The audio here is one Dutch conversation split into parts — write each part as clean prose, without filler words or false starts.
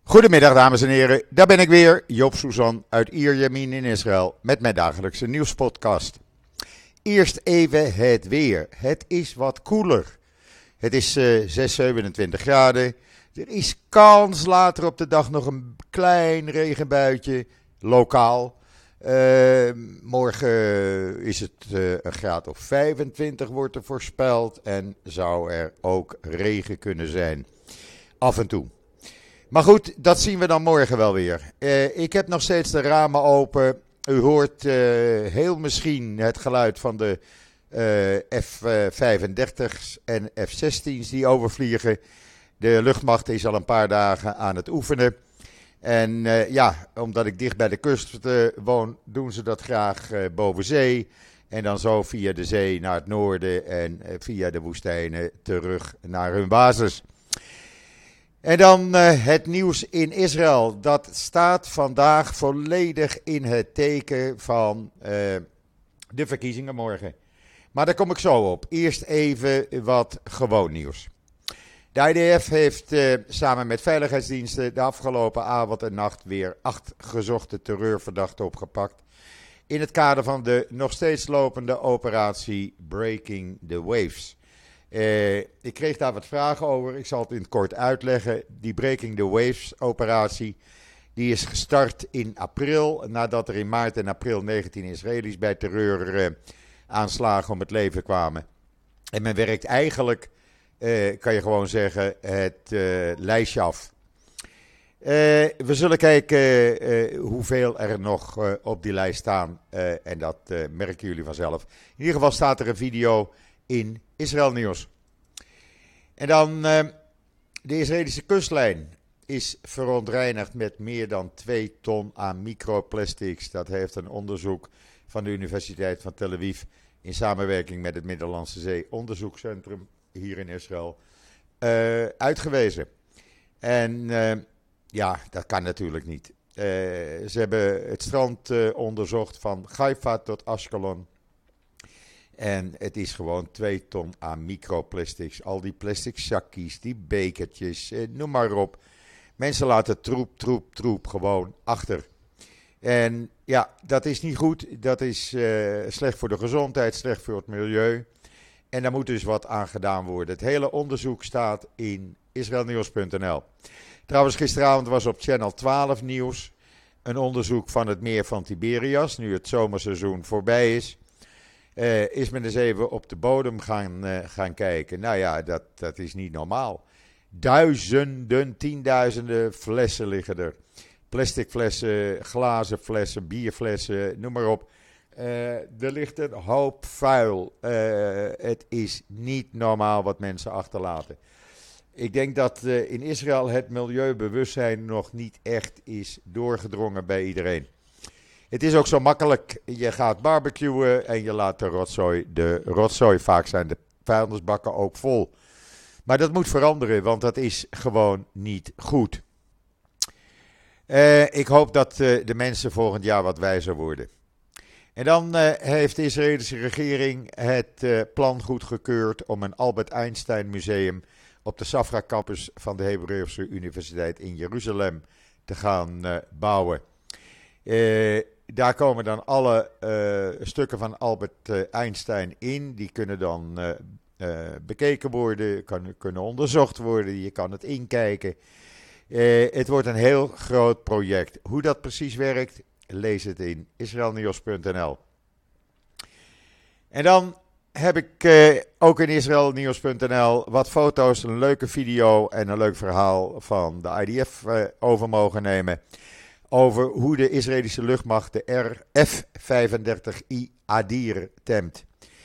Goedemiddag dames en heren, daar ben ik weer, Joop Suzan uit Ierjemien in Israël met mijn dagelijkse nieuwspodcast. Eerst even het weer. Het is wat koeler. Het is 27 graden. Er is kans later op de dag nog een klein regenbuitje, lokaal. Morgen is het een graad of 25 wordt er voorspeld en zou er ook regen kunnen zijn. Af en toe. Maar goed, dat zien we dan morgen wel weer. Ik heb nog steeds de ramen open. U hoort heel misschien het geluid van de F-35's en F-16's die overvliegen. De luchtmacht is al een paar dagen aan het oefenen. En omdat ik dicht bij de kust woon, doen ze dat graag boven zee. En dan zo via de zee naar het noorden en via de woestijnen terug naar hun basis. En dan het nieuws in Israël. Dat staat vandaag volledig in het teken van de verkiezingen morgen. Maar daar kom ik zo op. Eerst even wat gewoon nieuws. De IDF heeft samen met veiligheidsdiensten de afgelopen avond en nacht weer 8 gezochte terreurverdachten opgepakt. In het kader van de nog steeds lopende operatie Breaking the Waves. Ik kreeg daar wat vragen over. Ik zal het in het kort uitleggen. Die Breaking the Waves operatie die is gestart in april. Nadat er in maart en april 19 Israëli's bij terreuraanslagen om het leven kwamen. En men werkt eigenlijk, kan je gewoon zeggen, het lijstje af. We zullen kijken hoeveel er nog op die lijst staan. En dat merken jullie vanzelf. In ieder geval staat er een video in Israël Nieuws. En dan de Israëlische kustlijn is verontreinigd met meer dan 2 ton aan microplastics. Dat heeft een onderzoek van de Universiteit van Tel Aviv in samenwerking met het Middellandse Zee Onderzoekscentrum hier in Israël uitgewezen. En dat kan natuurlijk niet. Ze hebben het strand onderzocht van Haifa tot Ashkelon. En het is gewoon 2 ton aan microplastics. Al die plastic zakjes, die bekertjes, noem maar op. Mensen laten troep gewoon achter. En ja, dat is niet goed. Dat is slecht voor de gezondheid, slecht voor het milieu. En daar moet dus wat aan gedaan worden. Het hele onderzoek staat in israelnieuws.nl. Trouwens, gisteravond was op Channel 12 nieuws een onderzoek van het meer van Tiberias. Nu het zomerseizoen voorbij is men eens even op de bodem gaan kijken. Nou ja, dat is niet normaal. Duizenden, tienduizenden flessen liggen er. Plastic flessen, glazen flessen, bierflessen, noem maar op. Er ligt een hoop vuil. Het is niet normaal wat mensen achterlaten. Ik denk dat in Israël het milieubewustzijn nog niet echt is doorgedrongen bij iedereen. Het is ook zo makkelijk. Je gaat barbecuen en je laat de rotzooi. Vaak zijn de vuilnisbakken ook vol. Maar dat moet veranderen, want dat is gewoon niet goed. Ik hoop dat de mensen volgend jaar wat wijzer worden. En dan heeft de Israëlische regering het plan goedgekeurd om een Albert Einstein museum op de Safra campus van de Hebreeuwse Universiteit in Jeruzalem te gaan bouwen. Daar komen dan alle stukken van Albert Einstein in. Die kunnen dan bekeken worden, kunnen onderzocht worden. Je kan het inkijken. Het wordt een heel groot project. Hoe dat precies werkt, lees het in israelnieuws.nl. En dan heb ik ook in israelnieuws.nl wat foto's, een leuke video en een leuk verhaal van de IDF over mogen nemen. Over hoe de Israëlische luchtmacht de F-35I Adir temt.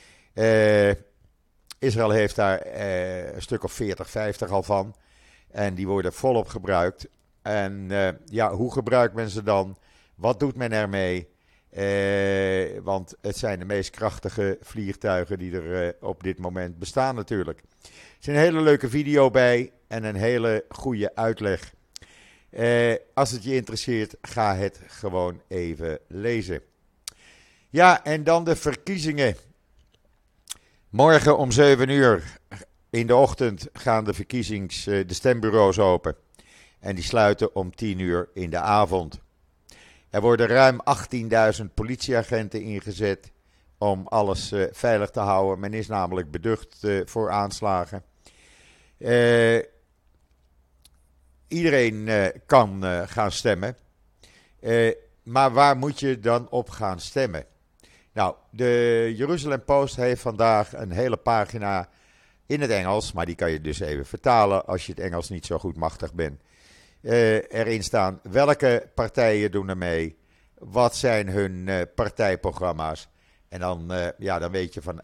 Israël heeft daar een stuk of 40, 50 al van. En die worden volop gebruikt. En hoe gebruikt men ze dan? Wat doet men ermee? Want het zijn de meest krachtige vliegtuigen die er op dit moment bestaan natuurlijk. Er is een hele leuke video bij en een hele goede uitleg. Als het je interesseert, ga het gewoon even lezen. Ja, en dan de verkiezingen. Morgen om 7 uur in de ochtend gaan de stembureaus open. En die sluiten om 10 uur in de avond. Er worden ruim 18.000 politieagenten ingezet om alles veilig te houden. Men is namelijk beducht voor aanslagen. Iedereen kan gaan stemmen. Maar waar moet je dan op gaan stemmen? Nou, de Jeruzalem Post heeft vandaag een hele pagina in het Engels, maar die kan je dus even vertalen als je het Engels niet zo goed machtig bent. Erin staan welke partijen doen er mee, wat zijn hun partijprogramma's. En dan, dan weet je van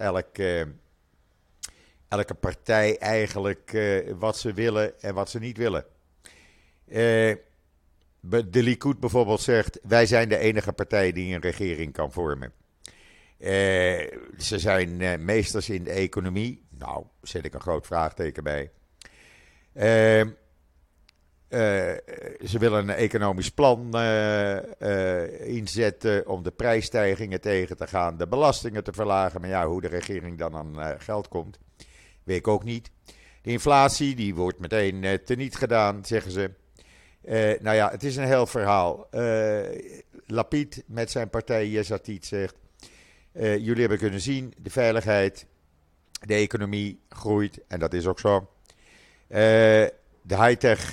elke partij eigenlijk wat ze willen en wat ze niet willen. De Likud bijvoorbeeld zegt, wij zijn de enige partij die een regering kan vormen. Ze zijn meesters in de economie. Nou, zet ik een groot vraagteken bij. Ze willen een economisch plan inzetten om de prijsstijgingen tegen te gaan, de belastingen te verlagen. Maar ja, hoe de regering dan aan geld komt, weet ik ook niet. De inflatie, die wordt meteen teniet gedaan, zeggen ze. Het is een heel verhaal. Lapid met zijn partij Yesh Atid zegt, jullie hebben kunnen zien, de veiligheid, de economie groeit en dat is ook zo. De high-tech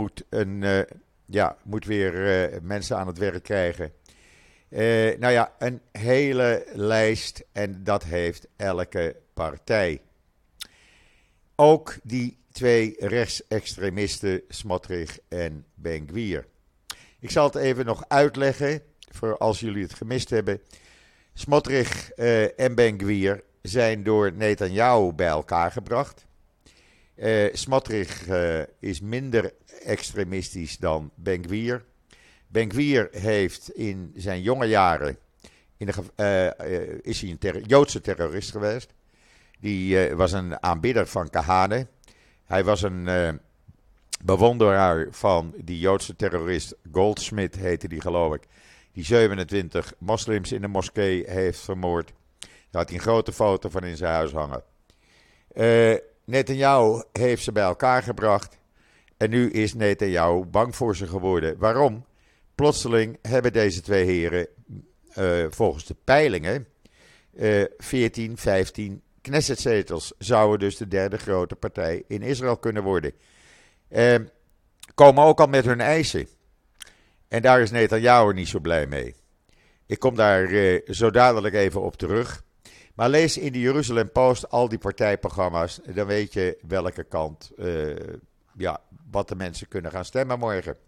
moet weer mensen aan het werk krijgen. Een hele lijst en dat heeft elke partij. Ook die twee rechtsextremisten, Smotrich en Ben-Gvir. Ik zal het even nog uitleggen, voor als jullie het gemist hebben. Smotrich en Ben-Gvir zijn door Netanyahu bij elkaar gebracht. Smotrich is minder extremistisch dan Ben-Gvir. Ben-Gvir heeft in zijn jonge jaren is hij een Joodse terrorist geweest. Die was een aanbidder van Kahane. Hij was een bewonderaar van die Joodse terrorist Goldsmith, heette die geloof ik. Die 27 moslims in de moskee heeft vermoord. Daar had hij een grote foto van in zijn huis hangen. Netanyahu heeft ze bij elkaar gebracht. En nu is Netanyahu bang voor ze geworden. Waarom? Plotseling hebben deze twee heren volgens de peilingen 14, 15 Knessetzetels. Zouden dus de derde grote partij in Israël kunnen worden. Komen ook al met hun eisen. En daar is Netanyahu niet zo blij mee. Ik kom daar zo dadelijk even op terug. Maar lees in de Jeruzalem Post al die partijprogramma's. Dan weet je welke kant, wat de mensen kunnen gaan stemmen morgen.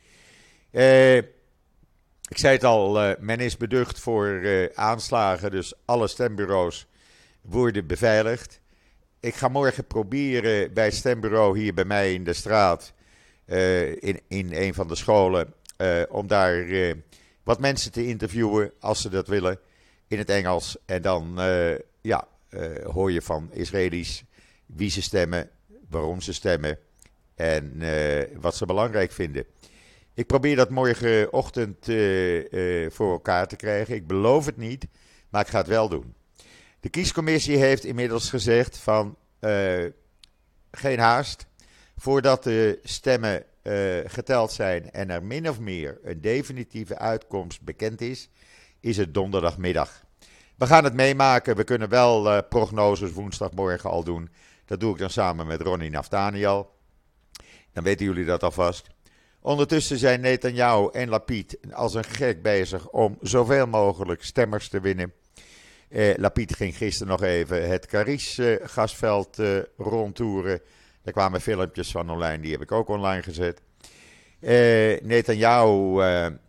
Ik zei het al, men is beducht voor aanslagen. Dus alle stembureaus worden beveiligd. Ik ga morgen proberen bij het stembureau hier bij mij in de straat. In een van de scholen. Om daar wat mensen te interviewen als ze dat willen. In het Engels. En dan hoor je van Israëli's wie ze stemmen, waarom ze stemmen en wat ze belangrijk vinden. Ik probeer dat morgenochtend voor elkaar te krijgen. Ik beloof het niet, maar ik ga het wel doen. De kiescommissie heeft inmiddels gezegd van geen haast. Voordat de stemmen geteld zijn en er min of meer een definitieve uitkomst bekend is het donderdagmiddag. We gaan het meemaken. We kunnen wel prognoses woensdagmorgen al doen. Dat doe ik dan samen met Ronnie Naftaniel. Dan weten jullie dat alvast. Ondertussen zijn Netanyahu en Lapid als een gek bezig om zoveel mogelijk stemmers te winnen. Lapid ging gisteren nog even het Karish-gasveld rondtoeren. Daar kwamen filmpjes van online, die heb ik ook online gezet. Netanyahu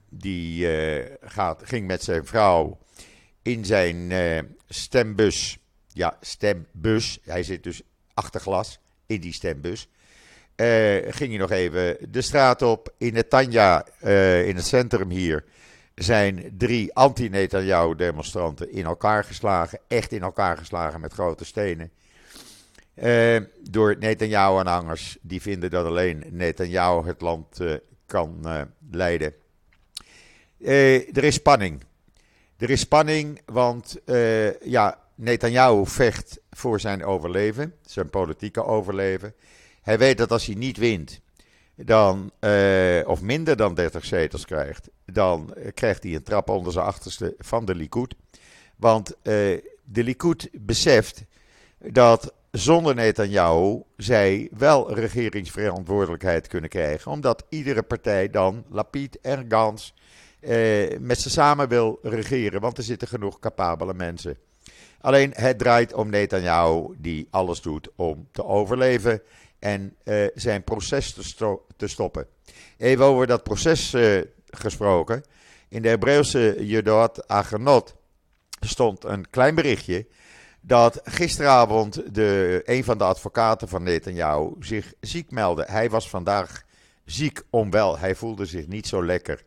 ging met zijn vrouw in zijn stembus. Ja, stembus. Hij zit dus achter glas in die stembus. Ging hij nog even de straat op. In Netanya, in het centrum hier, zijn 3 anti-Netanyahu demonstranten in elkaar geslagen. Echt in elkaar geslagen met grote stenen. Door Netanyahu-aanhangers. Die vinden dat alleen Netanyahu het land kan leiden. Er is spanning. Er is spanning, want Netanyahu vecht voor zijn overleven. Zijn politieke overleven. Hij weet dat als hij niet wint, of minder dan 30 zetels krijgt, dan krijgt hij een trap onder zijn achterste van de Likud. Want de Likud beseft dat zonder Netanyahu zij wel regeringsverantwoordelijkheid kunnen krijgen. Omdat iedere partij dan, Lapid en Gantz, met z'n samen wil regeren. Want er zitten genoeg capabele mensen. Alleen het draait om Netanyahu die alles doet om te overleven en zijn proces te stoppen. Even over dat proces gesproken. In de Hebreeuwse Yedoat Ahronot stond een klein berichtje dat gisteravond een van de advocaten van Netanyahu zich ziek meldde. Hij was vandaag ziek onwel. Hij voelde zich niet zo lekker.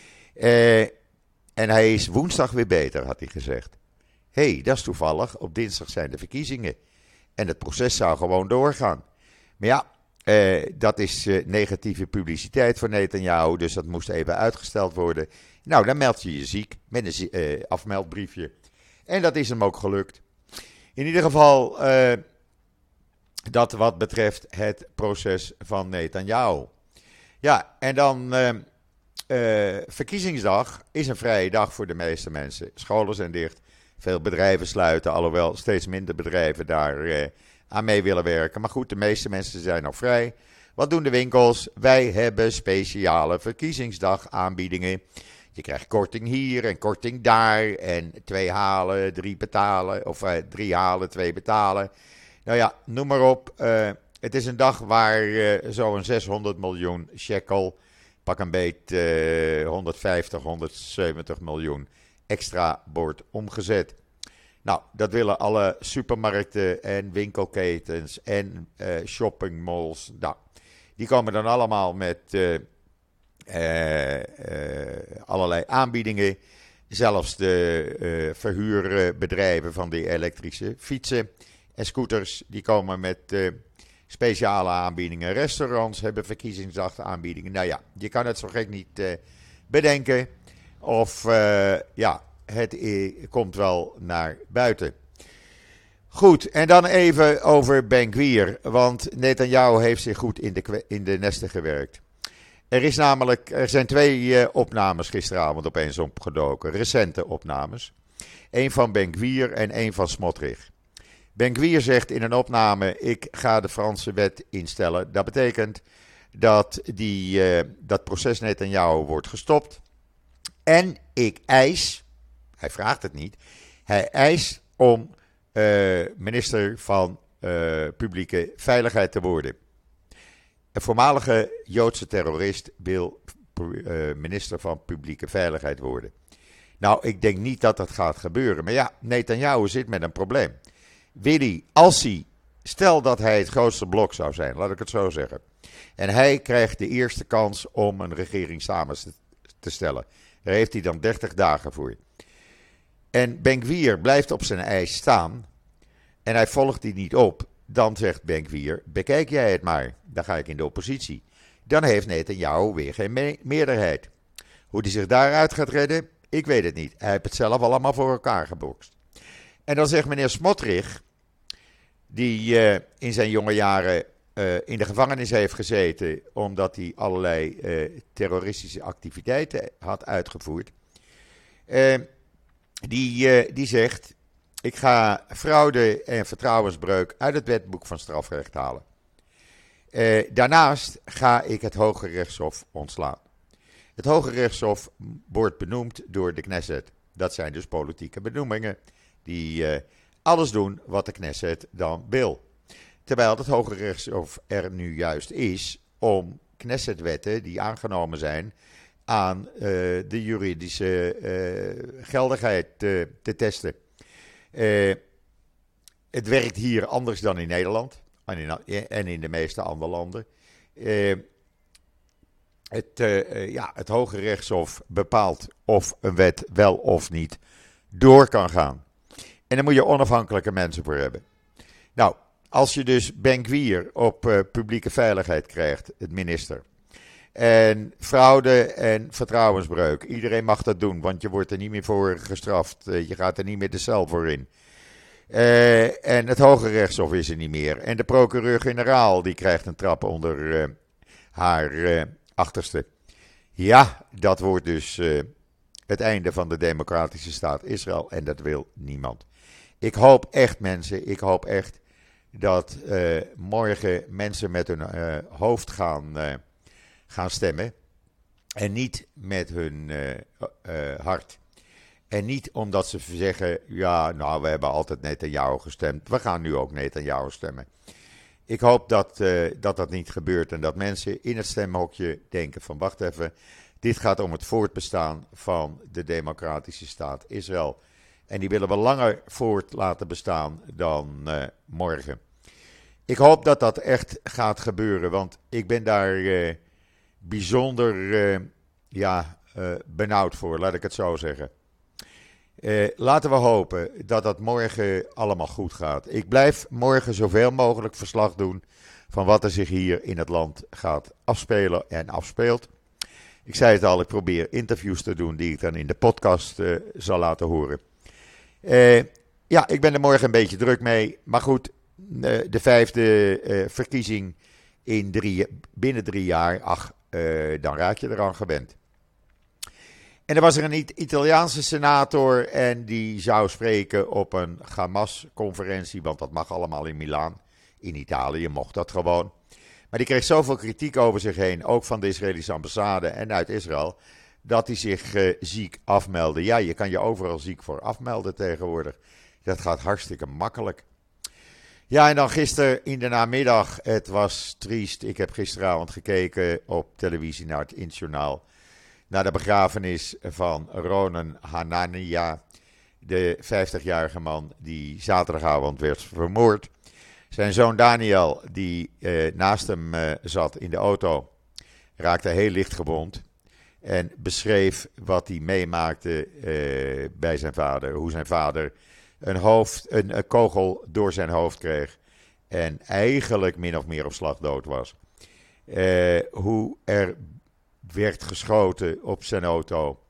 En hij is woensdag weer beter, had hij gezegd. Dat is toevallig. Op dinsdag zijn de verkiezingen. En het proces zou gewoon doorgaan. Maar ja, dat is negatieve publiciteit voor Netanyahu. Dus dat moest even uitgesteld worden. Nou, dan meld je je ziek met een afmeldbriefje. En dat is hem ook gelukt. In ieder geval, dat wat betreft het proces van Netanyahu. Ja, en dan verkiezingsdag is een vrije dag voor de meeste mensen. Scholen zijn dicht, veel bedrijven sluiten, alhoewel steeds minder bedrijven daar aan mee willen werken. Maar goed, de meeste mensen zijn nog vrij. Wat doen de winkels? Wij hebben speciale verkiezingsdag aanbiedingen. Je krijgt korting hier en korting daar en 2 halen, 3 betalen of 3 halen, 2 betalen. Nou ja, noem maar op. Het is een dag waar zo'n 600 miljoen shekel, pak een beet 150, 170 miljoen extra wordt omgezet. Nou, dat willen alle supermarkten en winkelketens en shoppingmalls. Nou, die komen dan allemaal met allerlei aanbiedingen. Zelfs de verhuurbedrijven van die elektrische fietsen en scooters, die komen met speciale aanbiedingen. Restaurants hebben verkiezingsdag aanbiedingen. Nou ja, je kan het zo gek niet bedenken. Of het komt wel naar buiten. Goed, en dan even over Ben-Gvir. Want Netanyahu heeft zich goed in de nesten gewerkt. Er zijn 2 opnames gisteravond opeens opgedoken. Recente opnames. Eén van Ben-Gvir en één van Smotrich. Ben-Gvir zegt in een opname: ik ga de Franse wet instellen. Dat betekent dat dat proces Netanyahu wordt gestopt. En ik eis, hij vraagt het niet, hij eist om minister van Publieke Veiligheid te worden. Een voormalige Joodse terrorist wil minister van Publieke Veiligheid worden. Nou, ik denk niet dat dat gaat gebeuren. Maar ja, Netanyahu zit met een probleem. Stel dat hij het grootste blok zou zijn, laat ik het zo zeggen. En hij krijgt de eerste kans om een regering samen te stellen. Daar heeft hij dan 30 dagen voor. En Ben-Gvir blijft op zijn eis staan en hij volgt die niet op. Dan zegt Ben-Gvir: bekijk jij het maar, dan ga ik in de oppositie. Dan heeft Netanyahu weer geen meerderheid. Hoe hij zich daaruit gaat redden, ik weet het niet. Hij heeft het zelf allemaal voor elkaar gebokst. En dan zegt meneer Smotrich, die in zijn jonge jaren in de gevangenis heeft gezeten omdat hij allerlei terroristische activiteiten had uitgevoerd. Die zegt: ik ga fraude en vertrouwensbreuk uit het wetboek van strafrecht halen. Daarnaast ga ik het Hoge Rechtshof ontslaan. Het Hoge Rechtshof wordt benoemd door de Knesset. Dat zijn dus politieke benoemingen die alles doen wat de Knesset dan wil. Terwijl het Hoge Rechtshof er nu juist is om Knessetwetten die aangenomen zijn aan de juridische geldigheid te testen. Het werkt hier anders dan in Nederland en in de meeste andere landen. Het Hoge Rechtshof bepaalt of een wet wel of niet door kan gaan. En daar moet je onafhankelijke mensen voor hebben. Nou, als je dus Ben-Gvir op publieke veiligheid krijgt, het minister, en fraude en vertrouwensbreuk, iedereen mag dat doen, want je wordt er niet meer voor gestraft. Je gaat er niet meer de cel voor in. En het Hoge Rechtshof is er niet meer. En de procureur-generaal die krijgt een trap onder haar achterste. Ja, dat wordt dus het einde van de democratische staat Israël en dat wil niemand. Ik hoop echt mensen, ik hoop echt dat morgen mensen met hun hoofd gaan stemmen en niet met hun hart. En niet omdat ze zeggen, ja, nou, we hebben altijd Netanyahu gestemd. We gaan nu ook Netanyahu stemmen. Ik hoop dat niet gebeurt en dat mensen in het stemhokje denken van, wacht even, dit gaat om het voortbestaan van de democratische staat Israël. En die willen we langer voort laten bestaan dan morgen. Ik hoop dat dat echt gaat gebeuren, want ik ben daar bijzonder benauwd voor, laat ik het zo zeggen. Laten we hopen dat dat morgen allemaal goed gaat. Ik blijf morgen zoveel mogelijk verslag doen van wat er zich hier in het land gaat afspelen en afspeelt. Ik zei het al, ik probeer interviews te doen die ik dan in de podcast zal laten horen. Ik ben er morgen een beetje druk mee. Maar goed, de vijfde verkiezing binnen 3 jaar, dan raak je eraan gewend. En er was er een Italiaanse senator en die zou spreken op een Hamas-conferentie, want dat mag allemaal in Milaan. In Italië mocht dat gewoon. Maar die kreeg zoveel kritiek over zich heen, ook van de Israëlische ambassade en uit Israël, dat hij zich ziek afmeldde. Ja, je kan je overal ziek voor afmelden tegenwoordig. Dat gaat hartstikke makkelijk. Ja, en dan gisteren in de namiddag, het was triest. Ik heb gisteravond gekeken op televisie naar het Injournaal. Naar de begrafenis van Ronen Hanania, de 50-jarige man die zaterdagavond werd vermoord. Zijn zoon Daniel, die naast hem zat in de auto, raakte heel licht gewond. En beschreef wat hij meemaakte bij zijn vader. Hoe zijn vader een kogel door zijn hoofd kreeg. En eigenlijk min of meer op slag dood was. Hoe er werd geschoten op zijn auto.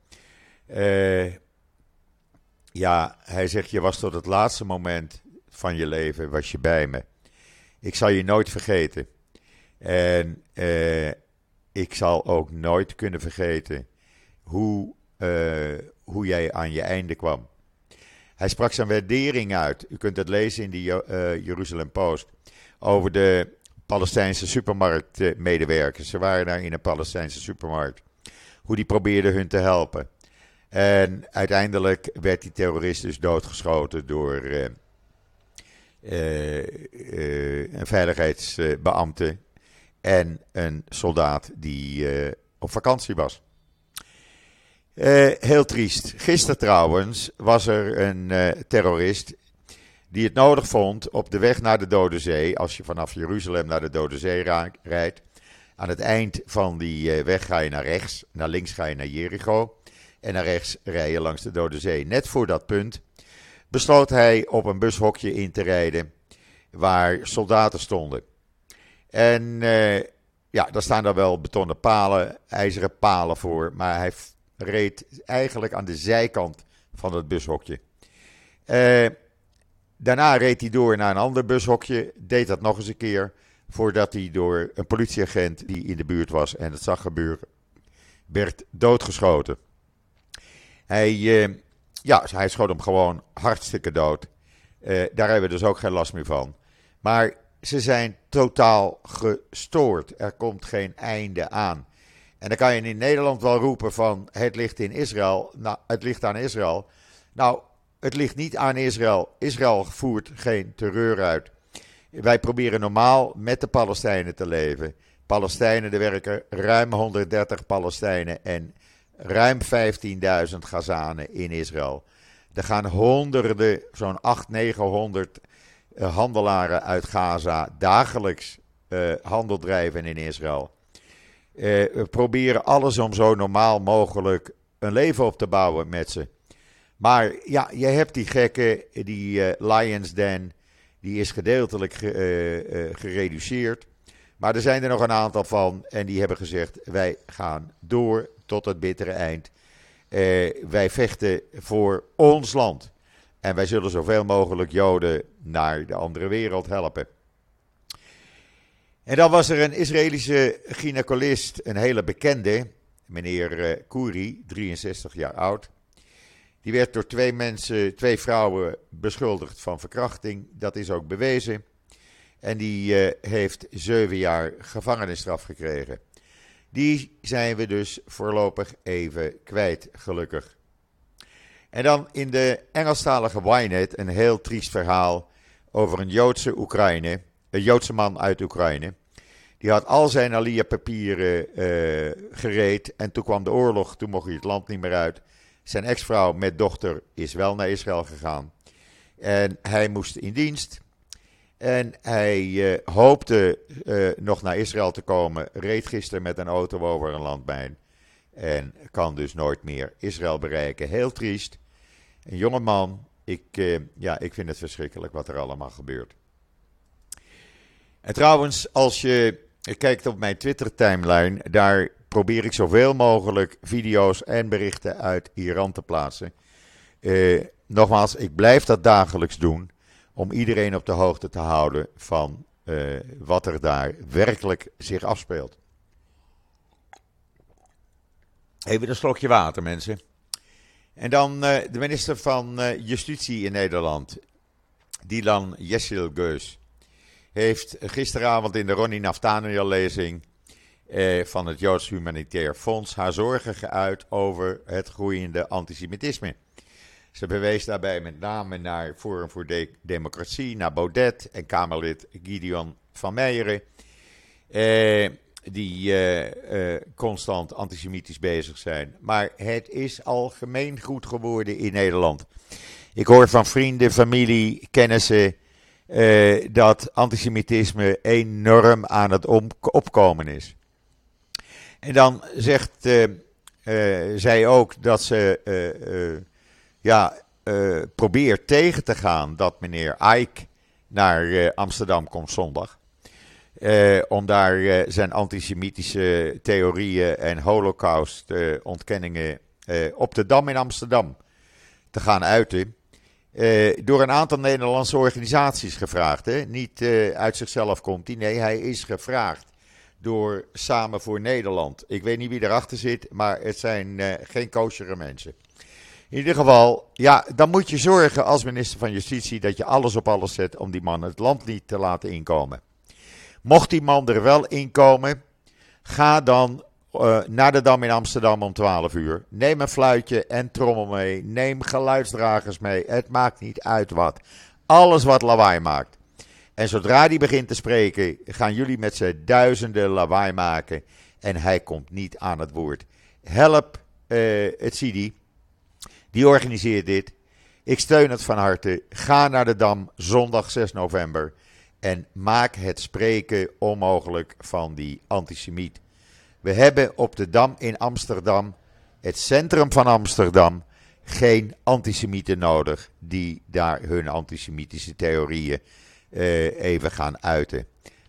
Hij zegt, je was tot het laatste moment van je leven, was je bij me. Ik zal je nooit vergeten. En ik zal ook nooit kunnen vergeten hoe jij aan je einde kwam. Hij sprak zijn waardering uit. U kunt het lezen in de Jeruzalem Post. Over de Palestijnse supermarktmedewerkers. Ze waren daar in een Palestijnse supermarkt. Hoe die probeerden hun te helpen. En uiteindelijk werd die terrorist dus doodgeschoten door een veiligheidsbeambte en een soldaat die op vakantie was. Heel triest. Gisteren trouwens was er een terrorist die het nodig vond op de weg naar de Dode Zee. Als je vanaf Jeruzalem naar de Dode Zee rijdt. Aan het eind van die weg ga je naar rechts. Naar links ga je naar Jericho. En naar rechts rij je langs de Dode Zee. Net voor dat punt besloot hij op een bushokje in te rijden waar soldaten stonden. En daar staan dan wel betonnen palen, ijzeren palen voor. Maar hij reed eigenlijk aan de zijkant van het bushokje. Daarna reed hij door naar een ander bushokje, deed dat nog eens een keer, voordat hij door een politieagent die in de buurt was en het zag gebeuren, werd doodgeschoten. Hij schoot hem gewoon hartstikke dood. Daar hebben we dus ook geen last meer van. Maar ze zijn totaal gestoord. Er komt geen einde aan. En dan kan je in Nederland wel roepen van het ligt in Israël. Nou, het ligt aan Israël. Nou, het ligt niet aan Israël. Israël voert geen terreur uit. Wij proberen normaal met de Palestijnen te leven. Palestijnen, er werken ruim 130 Palestijnen en ruim 15.000 Gazanen in Israël. Er gaan honderden, zo'n 800-900 handelaren uit Gaza dagelijks handel drijven in Israël. We proberen alles om zo normaal mogelijk een leven op te bouwen met ze. Maar ja, je hebt die gekken, die Lions Den, die is gedeeltelijk gereduceerd. Maar er zijn er nog een aantal van en die hebben gezegd, wij gaan door tot het bittere eind. Wij vechten voor ons land. En wij zullen zoveel mogelijk Joden naar de andere wereld helpen. En dan was er een Israëlische gynaecolist, een hele bekende, meneer Kouri, 63 jaar oud. Die werd door twee vrouwen beschuldigd van verkrachting. Dat is ook bewezen. En die heeft 7 jaar gevangenisstraf gekregen. Die zijn we dus voorlopig even kwijt, gelukkig. En dan in de Engelstalige Ynet een heel triest verhaal over een Joodse man uit Oekraïne. Die had al zijn Aliyah-papieren gereed en toen kwam de oorlog, toen mocht hij het land niet meer uit. Zijn ex-vrouw met dochter is wel naar Israël gegaan en hij moest in dienst. En hij hoopte nog naar Israël te komen, reed gisteren met een auto over een landmijn en kan dus nooit meer Israël bereiken. Heel triest. Een jonge man, ik vind het verschrikkelijk wat er allemaal gebeurt. En trouwens, als je kijkt op mijn Twitter-timeline, daar probeer ik zoveel mogelijk video's en berichten uit Iran te plaatsen. Nogmaals, ik blijf dat dagelijks doen om iedereen op de hoogte te houden van wat er daar werkelijk zich afspeelt. Even een slokje water, mensen. En dan de minister van Justitie in Nederland, Dilan Yeşilgöz, heeft gisteravond in de Ronnie Naftaniel-lezing van het Joods Humanitair Fonds haar zorgen geuit over het groeiende antisemitisme. Ze bewees daarbij met name naar Forum voor Democratie, naar Baudet en Kamerlid Gideon van Meijeren, die constant antisemitisch bezig zijn. Maar het is algemeen goed geworden in Nederland. Ik hoor van vrienden, familie, kennissen dat antisemitisme enorm aan het opkomen is. En dan zegt zij ook dat ze probeert tegen te gaan dat meneer Eik naar Amsterdam komt zondag. Om daar zijn antisemitische theorieën en holocaust-ontkenningen op de Dam in Amsterdam te gaan uiten. Door een aantal Nederlandse organisaties gevraagd. Hè? Niet uit zichzelf komt hij. Nee, hij is gevraagd door Samen voor Nederland. Ik weet niet wie erachter zit, maar het zijn geen kosheren mensen. In ieder geval, ja, dan moet je zorgen als minister van Justitie dat je alles op alles zet om die man het land niet te laten inkomen. Mocht die man er wel inkomen, ga dan naar de Dam in Amsterdam om 12 uur. Neem een fluitje en trommel mee. Neem geluidsdragers mee. Het maakt niet uit wat. Alles wat lawaai maakt. En zodra die begint te spreken, gaan jullie met z'n duizenden lawaai maken. En hij komt niet aan het woord. Help het Sidi. Die organiseert dit. Ik steun het van harte. Ga naar de Dam zondag 6 november. En maak het spreken onmogelijk van die antisemiet. We hebben op de Dam in Amsterdam, het centrum van Amsterdam, geen antisemieten nodig die daar hun antisemitische theorieën even gaan uiten.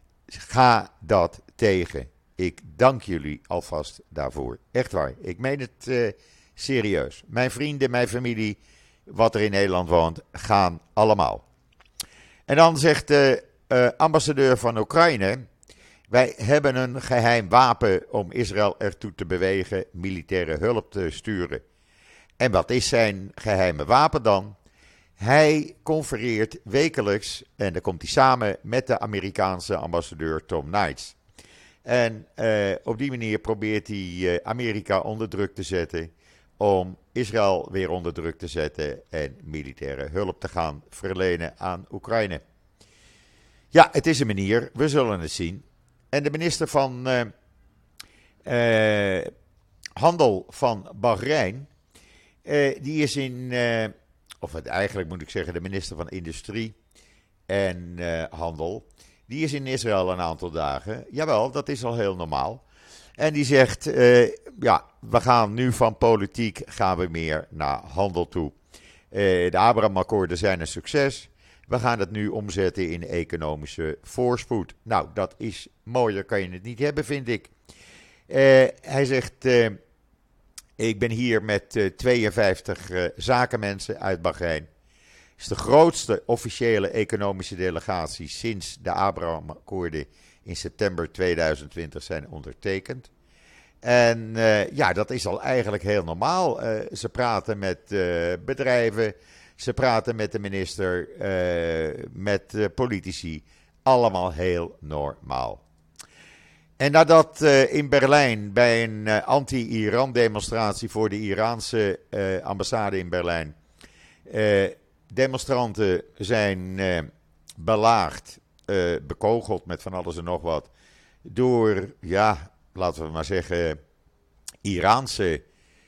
Ga dat tegen. Ik dank jullie alvast daarvoor. Echt waar. Ik meen het serieus. Mijn vrienden, mijn familie, wat er in Nederland woont, gaan allemaal. En dan zegt de ambassadeur van Oekraïne: wij hebben een geheim wapen om Israël ertoe te bewegen militaire hulp te sturen. En wat is zijn geheime wapen dan? Hij confereert wekelijks, en dan komt hij samen met de Amerikaanse ambassadeur Tom Knights. En op die manier probeert hij Amerika onder druk te zetten om Israël weer onder druk te zetten en militaire hulp te gaan verlenen aan Oekraïne. Ja, het is een manier, we zullen het zien. En de minister van Handel van Bahrein, die is eigenlijk moet ik zeggen de minister van Industrie en Handel, die is in Israël een aantal dagen. Jawel, dat is al heel normaal. En die zegt, we gaan nu van politiek gaan we meer naar handel toe. De Abraham-akkoorden zijn een succes. We gaan het nu omzetten in economische voorspoed. Nou, dat is mooier kan je het niet hebben, vind ik. Hij zegt, ik ben hier met 52 zakenmensen uit Bahrein. Het is de grootste officiële economische delegatie sinds de Abraham-akkoorden in september 2020 zijn ondertekend. En ja, dat is al eigenlijk heel normaal. Ze praten met bedrijven, ze praten met de minister, met politici. Allemaal heel normaal. En nadat in Berlijn bij een anti-Iran demonstratie voor de Iraanse ambassade in Berlijn demonstranten zijn belaagd, bekogeld met van alles en nog wat door, ja, laten we maar zeggen, Iraanse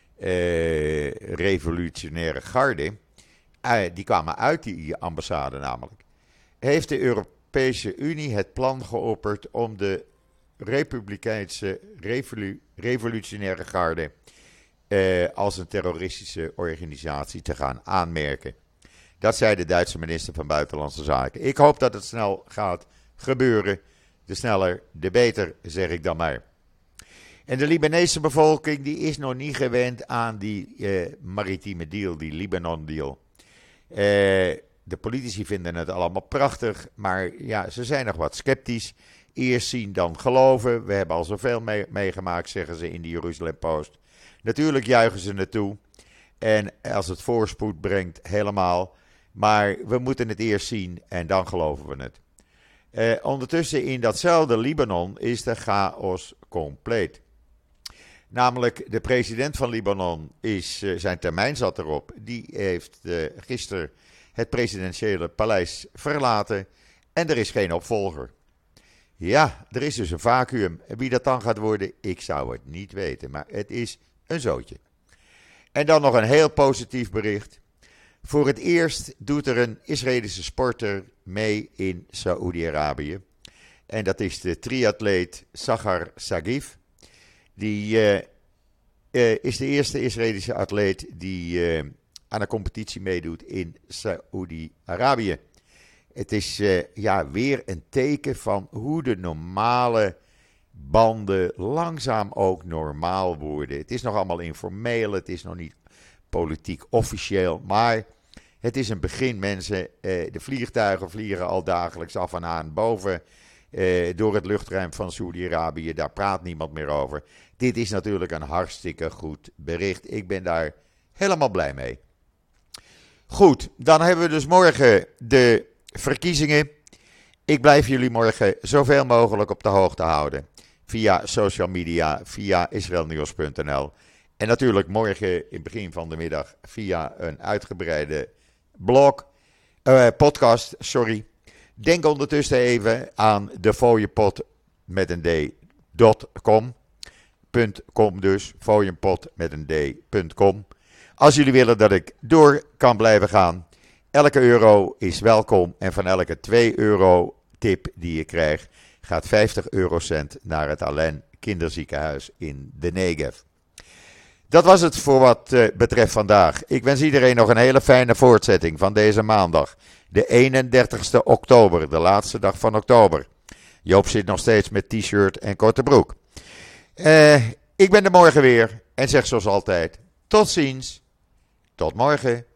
revolutionaire garde. Die kwamen uit die ambassade namelijk. Heeft de Europese Unie het plan geopperd om de Republikeinse revolutionaire garde als een terroristische organisatie te gaan aanmerken. Dat zei de Duitse minister van Buitenlandse Zaken. Ik hoop dat het snel gaat gebeuren. De sneller, de beter, zeg ik dan maar. En de Libanese bevolking die is nog niet gewend aan die maritieme deal, die Libanon-deal. De politici vinden het allemaal prachtig, maar ja, ze zijn nog wat sceptisch. Eerst zien, dan geloven. We hebben al zoveel meegemaakt, zeggen ze in de Jeruzalem Post. Natuurlijk juichen ze naartoe. En als het voorspoed brengt, helemaal. Maar we moeten het eerst zien en dan geloven we het. Ondertussen in datzelfde Libanon is de chaos compleet. Namelijk, de president van Libanon zijn termijn zat erop. Die heeft gisteren het presidentiële paleis verlaten. En er is geen opvolger. Ja, er is dus een vacuüm. Wie dat dan gaat worden, ik zou het niet weten. Maar het is een zootje. En dan nog een heel positief bericht. Voor het eerst doet er een Israëlische sporter mee in Saoedi-Arabië. En dat is de triatleet Sachar Sagif. Die is de eerste Israëlische atleet die aan een competitie meedoet in Saoedi-Arabië. Het is weer een teken van hoe de normale banden langzaam ook normaal worden. Het is nog allemaal informeel, het is nog niet politiek officieel, maar het is een begin, mensen. De vliegtuigen vliegen al dagelijks af en aan boven door het luchtruim van Saoedi-Arabië. Daar praat niemand meer over. Dit is natuurlijk een hartstikke goed bericht. Ik ben daar helemaal blij mee. Goed, dan hebben we dus morgen de verkiezingen. Ik blijf jullie morgen zoveel mogelijk op de hoogte houden. Via social media, via israelnieuws.nl. En natuurlijk morgen in het begin van de middag via een uitgebreide podcast. Denk ondertussen even aan de fooiepot met een d.com. .com dus, fooiepot met een d.com. Als jullie willen dat ik door kan blijven gaan, elke euro is welkom. En van elke 2 euro tip die je krijgt, gaat 50 eurocent naar het Allen Kinderziekenhuis in de Negev. Dat was het voor wat betreft vandaag. Ik wens iedereen nog een hele fijne voortzetting van deze maandag. De 31ste oktober, de laatste dag van oktober. Joop zit nog steeds met t-shirt en korte broek. Ik ben er morgen weer en zeg zoals altijd, tot ziens, tot morgen.